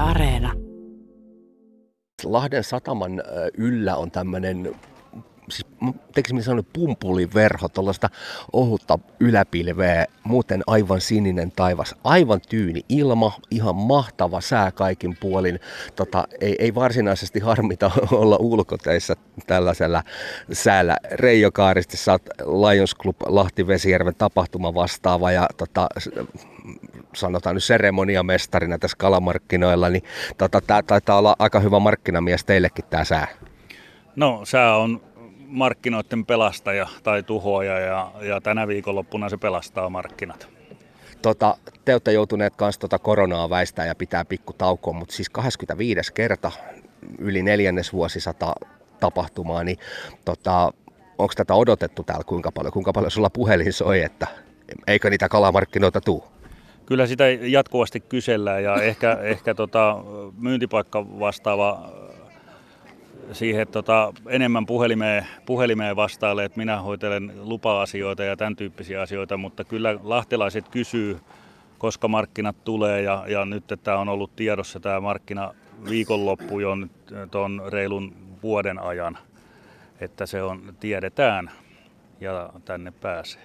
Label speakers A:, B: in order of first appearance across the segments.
A: Areena.
B: Lahden sataman yllä on tämmöinen, siis tekisin sanoa pumpuliverho, tuollaista ohutta yläpilveä, muuten aivan sininen taivas, aivan tyyni ilma, ihan mahtava sää kaikin puolin. Ei varsinaisesti harmita olla ulkoteissa tällaisella säällä. Reijo Kaaristi, sä oot Lions Club Lahti Vesijärven tapahtuma vastaava ja sanotaan nyt seremoniamestarina tässä kalamarkkinoilla, niin tämä taitaa olla aika hyvä markkinamies teillekin tämä sää.
C: No, sää on markkinoiden pelastaja tai tuhoaja ja tänä viikonloppuna se pelastaa markkinat.
B: Te olette joutuneet myös koronaa väistää ja pitää pikku taukoon, mutta siis 25. kerta yli 4. vuosisata tapahtumaa, niin onko tätä odotettu täällä kuinka paljon? Kuinka paljon sulla puhelin soi, että eikö niitä kalamarkkinoita tule?
C: Kyllä sitä jatkuvasti kysellään ja ehkä myyntipaikka vastaava siihen enemmän puhelimeen vastailee, että minä hoitelen lupa-asioita ja tämän tyyppisiä asioita, mutta kyllä lahtelaiset kysyy, koska markkinat tulee ja nyt tämä on ollut tiedossa tämä markkina viikonloppu jo tuon reilun vuoden ajan, että se tiedetään ja tänne pääsee.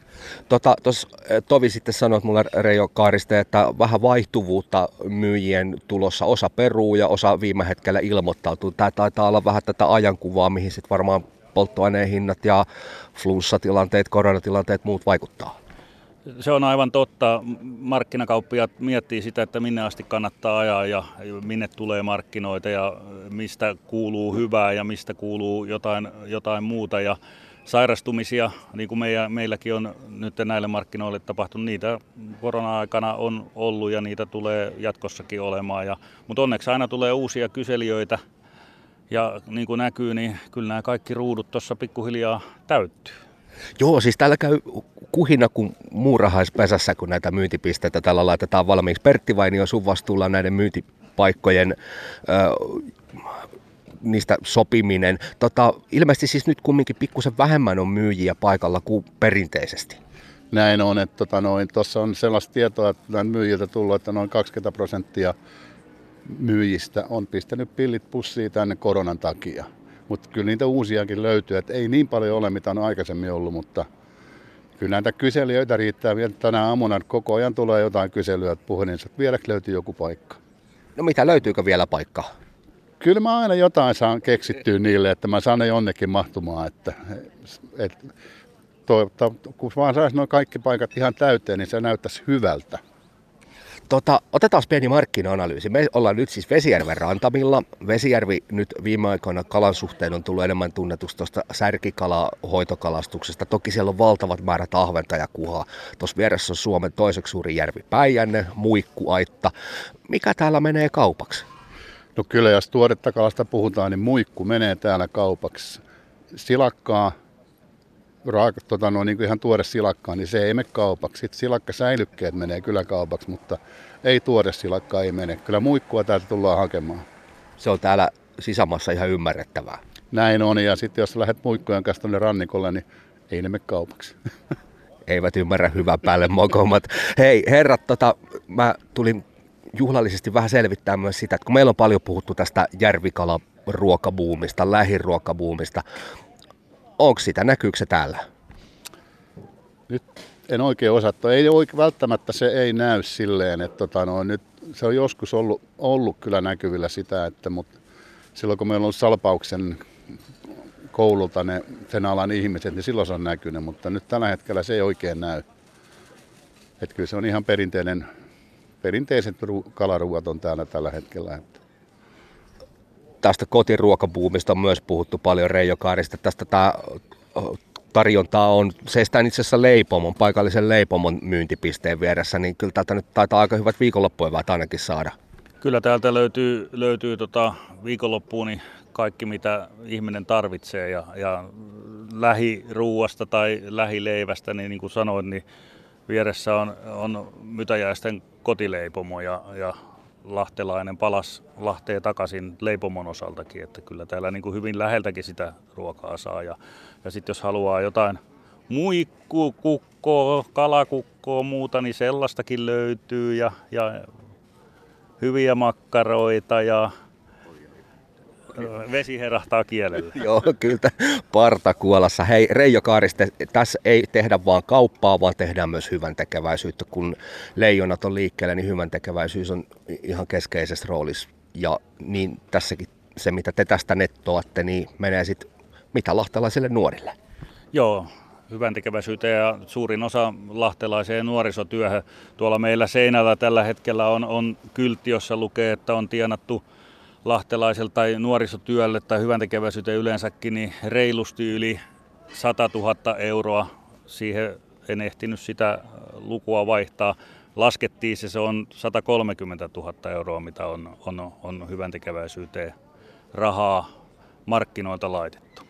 B: Tovi sitten sanoi mulle, Reijo Kaariste, että vähän vaihtuvuutta myyjien tulossa. Osa peruu ja osa viime hetkellä ilmoittautuu. Tämä taitaa olla vähän tätä ajankuvaa, mihin sitten varmaan polttoaineen hinnat ja flunssatilanteet, koronatilanteet muut vaikuttaa.
C: Se on aivan totta. Markkinakauppiaat miettii sitä, että minne asti kannattaa ajaa ja minne tulee markkinoita ja mistä kuuluu hyvää ja mistä kuuluu jotain muuta. Ja sairastumisia, niin kuin meilläkin on nyt näille markkinoille tapahtunut, niitä korona-aikana on ollut ja niitä tulee jatkossakin olemaan. Mutta onneksi aina tulee uusia kyselijöitä ja niin kuin näkyy, niin kyllä nämä kaikki ruudut tuossa pikkuhiljaa täyttyy.
B: Joo, siis täällä käy kuhina kuin muurahaispesässä, kun näitä myyntipisteitä täällä laitetaan valmiiksi. Pertti Vainio, sun vastuulla näiden myyntipaikkojen niistä sopiminen. Ilmeisesti siis nyt kumminkin pikkusen vähemmän on myyjiä paikalla kuin perinteisesti.
D: Näin on, että tuossa on sellaista tietoa, että näin myyjiltä tullut, että noin 20% myyjistä on pistänyt pillit pussiin tänne koronan takia. Mutta kyllä niitä uusiakin löytyy, että ei niin paljon ole, mitä on aikaisemmin ollut, mutta kyllä näitä kyselijöitä riittää vielä tänä aamuna. Koko ajan tulee jotain kyselyä, että puhelinsa, että vieläkö löytyy joku paikka.
B: No mitä, löytyykö vielä paikkaa?
D: Kyllä mä aina jotain saan keksittyä niille, että mä saan ne jonnekin mahtumaan. Kun vaan saisi nuo kaikki paikat ihan täyteen, niin se näyttäisi hyvältä.
B: Otetaan pieni markkina-analyysi. Me ollaan nyt siis Vesijärven rantamilla. Vesijärvi nyt viime aikoina kalan suhteen on tullut enemmän tunnetusta tuosta särkikalahoitokalastuksesta. Toki siellä on valtavat määrät ahventa ja kuhaa. Tuossa vieressä on Suomen toiseksi suurin järvi Päijänne, muikkuaitta. Mikä täällä menee kaupaksi?
D: No kyllä, jos tuoretta kalasta puhutaan, niin muikku menee täällä kaupaksi. Silakkaa, niin kuin ihan tuore silakkaa, niin se ei mene kaupaksi. Sitten silakkasäilykkeet menee kyllä kaupaksi, mutta ei tuore silakkaa ei mene. Kyllä muikkua täältä tullaan hakemaan.
B: Se on täällä sisämaassa ihan ymmärrettävää.
D: Näin on, ja sitten jos lähdet muikkujen kanssa tuonne rannikolle, niin ei ne mene kaupaksi.
B: Eivät ymmärrä hyvän päälle mokomat. Hei herrat, mä tulin juhlallisesti vähän selvittää myös sitä, että kun meillä on paljon puhuttu tästä järvikalaruokabuumista, lähiruokabuumista, onko sitä, näkyykö se täällä?
D: Nyt en oikein osaa, välttämättä se ei näy silleen, että nyt se on joskus ollut kyllä näkyvillä sitä, mutta silloin kun meillä on ollut Salpauksen koululta sen alan ihmiset, niin silloin se on näkynyt, mutta nyt tällä hetkellä se ei oikein näy. Että kyllä se on ihan perinteiset kalaruuat on täällä tällä hetkellä.
B: Tästä kotiruokabuumista on myös puhuttu paljon, Reijo Kaarista. Tästä tämä tarjontaa on, seistään itse asiassa paikallisen leipomon myyntipisteen vieressä, niin kyllä täältä nyt taitaa aika hyvät viikonloppueväät ainakin saada.
C: Kyllä täältä löytyy viikonloppuun niin kaikki, mitä ihminen tarvitsee ja lähiruuasta tai lähileivästä, niin kuin sanoin, niin vieressä on Mytäjäisten kotileipomo ja lahtelainen palas Lahteen takaisin leipomon osaltakin, että kyllä täällä niin kuin hyvin läheltäkin sitä ruokaa saa. Ja sitten jos haluaa jotain muikkukukkoa, kalakukkoa, muuta, niin sellaistakin löytyy. Ja hyviä makkaroita ja vesi herahtaa kielelle.
B: Joo, kyllä partakuolassa. Hei Reijo Kaariste, tässä ei tehdä vaan kauppaa, vaan tehdään myös hyvän tekeväisyyttä. Kun leijonat on liikkeellä, niin hyvän tekeväisyys on ihan keskeisessä roolissa. Ja niin tässäkin se, mitä te tästä nettoatte, niin menee sitten mitä lahtelaisille nuorille.
C: Joo, hyvän tekeväisyyteen ja suurin osa lahtelaiseen nuorisotyöhön. Tuolla meillä seinällä tällä hetkellä on kyltti, jossa lukee, että on tienattu lahtelaiselle tai nuorisotyölle tai hyväntekeväisyyteen yleensäkin niin reilusti yli 100 000 euroa. Siihen en ehtinyt sitä lukua vaihtaa. Laskettiin se on 130 000 euroa, mitä on hyväntekeväisyyteen rahaa markkinoilta laitettu.